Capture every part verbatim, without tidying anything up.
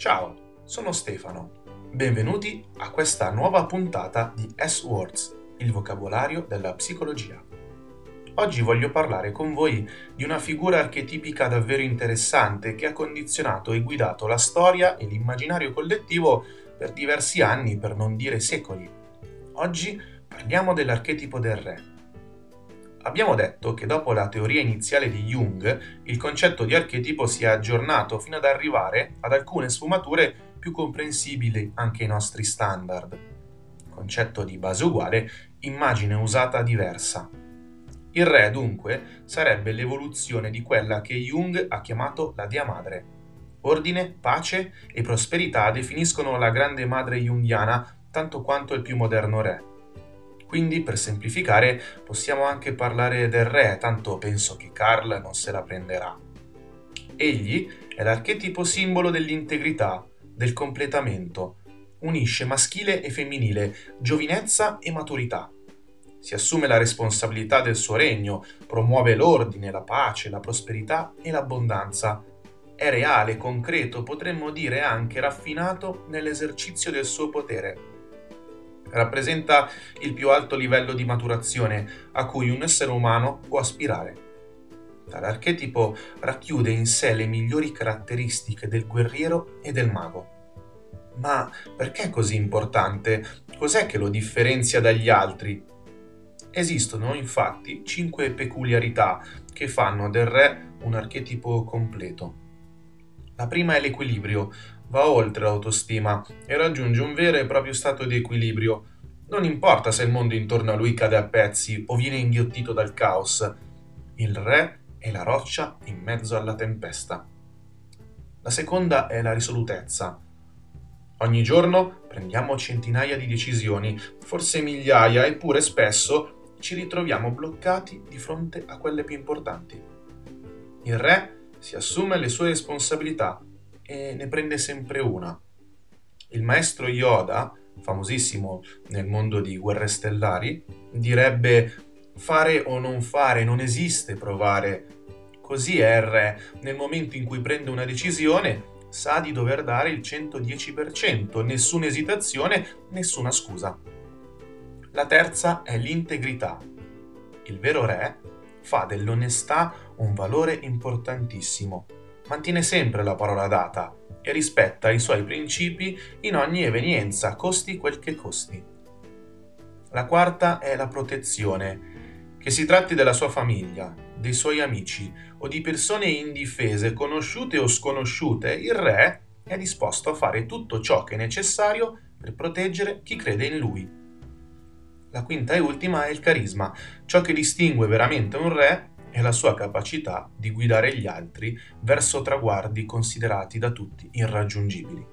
Ciao, sono Stefano. Benvenuti a questa nuova puntata di S-Words, il vocabolario della psicologia. Oggi voglio parlare con voi di una figura archetipica davvero interessante che ha condizionato e guidato la storia e l'immaginario collettivo per diversi anni, per non dire secoli. Oggi parliamo dell'archetipo del re. Abbiamo detto che dopo la teoria iniziale di Jung, il concetto di archetipo si è aggiornato fino ad arrivare ad alcune sfumature più comprensibili anche ai nostri standard. Concetto di base uguale, immagine usata diversa. Il re, dunque, sarebbe l'evoluzione di quella che Jung ha chiamato la Dea Madre. Ordine, pace e prosperità definiscono la grande madre junghiana tanto quanto il più moderno re. Quindi, per semplificare, possiamo anche parlare del re, tanto penso che Carl non se la prenderà. Egli è l'archetipo simbolo dell'integrità, del completamento. Unisce maschile e femminile, giovinezza e maturità. Si assume la responsabilità del suo regno, promuove l'ordine, la pace, la prosperità e l'abbondanza. È reale, concreto, potremmo dire anche raffinato nell'esercizio del suo potere. Rappresenta il più alto livello di maturazione a cui un essere umano può aspirare. Tale archetipo racchiude in sé le migliori caratteristiche del guerriero e del mago. Ma perché è così importante? Cos'è che lo differenzia dagli altri? Esistono infatti cinque peculiarità che fanno del re un archetipo completo. La prima è l'equilibrio. Va oltre l'autostima e raggiunge un vero e proprio stato di equilibrio. Non importa se il mondo intorno a lui cade a pezzi o viene inghiottito dal caos. Il re è la roccia in mezzo alla tempesta. La seconda è la risolutezza. Ogni giorno prendiamo centinaia di decisioni, forse migliaia, eppure spesso ci ritroviamo bloccati di fronte a quelle più importanti. Il re si assume le sue responsabilità e ne prende sempre una. Il maestro Yoda, famosissimo nel mondo di Guerre Stellari, direbbe: fare o non fare, non esiste provare. Così è il re, nel momento in cui prende una decisione, sa di dover dare il centodieci per cento, nessuna esitazione, nessuna scusa. La terza è l'integrità. Il vero re fa dell'onestà un valore importantissimo. Mantiene sempre la parola data e rispetta i suoi principi in ogni evenienza, costi quel che costi. La quarta è la protezione. Che si tratti della sua famiglia, dei suoi amici o di persone indifese, conosciute o sconosciute, il re è disposto a fare tutto ciò che è necessario per proteggere chi crede in lui. La quinta e ultima è il carisma. Ciò che distingue veramente un re è la sua capacità di guidare gli altri verso traguardi considerati da tutti irraggiungibili.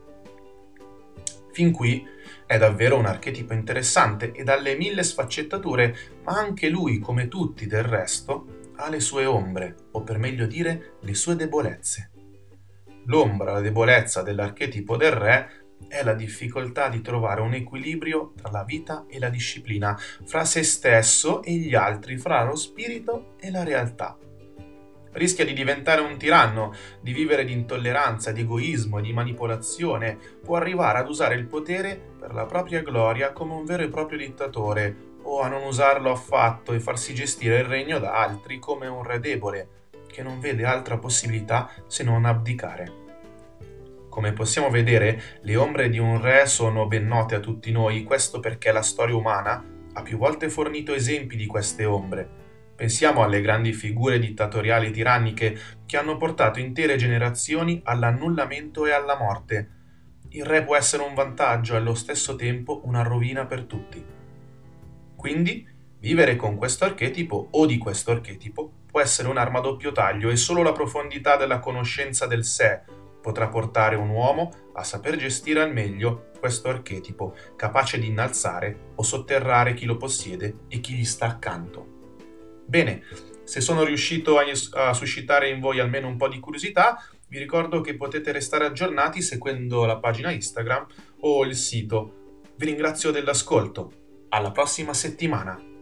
Fin qui è davvero un archetipo interessante e dalle mille sfaccettature, ma anche lui, come tutti del resto, ha le sue ombre, o per meglio dire le sue debolezze. L'ombra, la debolezza dell'archetipo del re è la difficoltà di trovare un equilibrio tra la vita e la disciplina, fra se stesso e gli altri, fra lo spirito e la realtà. Rischia di diventare un tiranno, di vivere di intolleranza, di egoismo e di manipolazione, può arrivare ad usare il potere per la propria gloria come un vero e proprio dittatore, o a non usarlo affatto e farsi gestire il regno da altri come un re debole, che non vede altra possibilità se non abdicare. Come possiamo vedere, le ombre di un re sono ben note a tutti noi, questo perché la storia umana ha più volte fornito esempi di queste ombre. Pensiamo alle grandi figure dittatoriali tiranniche che hanno portato intere generazioni all'annullamento e alla morte. Il re può essere un vantaggio e allo stesso tempo una rovina per tutti. Quindi, vivere con questo archetipo o di questo archetipo può essere un'arma a doppio taglio e solo la profondità della conoscenza del sé potrà portare un uomo a saper gestire al meglio questo archetipo, capace di innalzare o sotterrare chi lo possiede e chi gli sta accanto. Bene, se sono riuscito a, a suscitare in voi almeno un po' di curiosità, vi ricordo che potete restare aggiornati seguendo la pagina Instagram o il sito. Vi ringrazio dell'ascolto. Alla prossima settimana!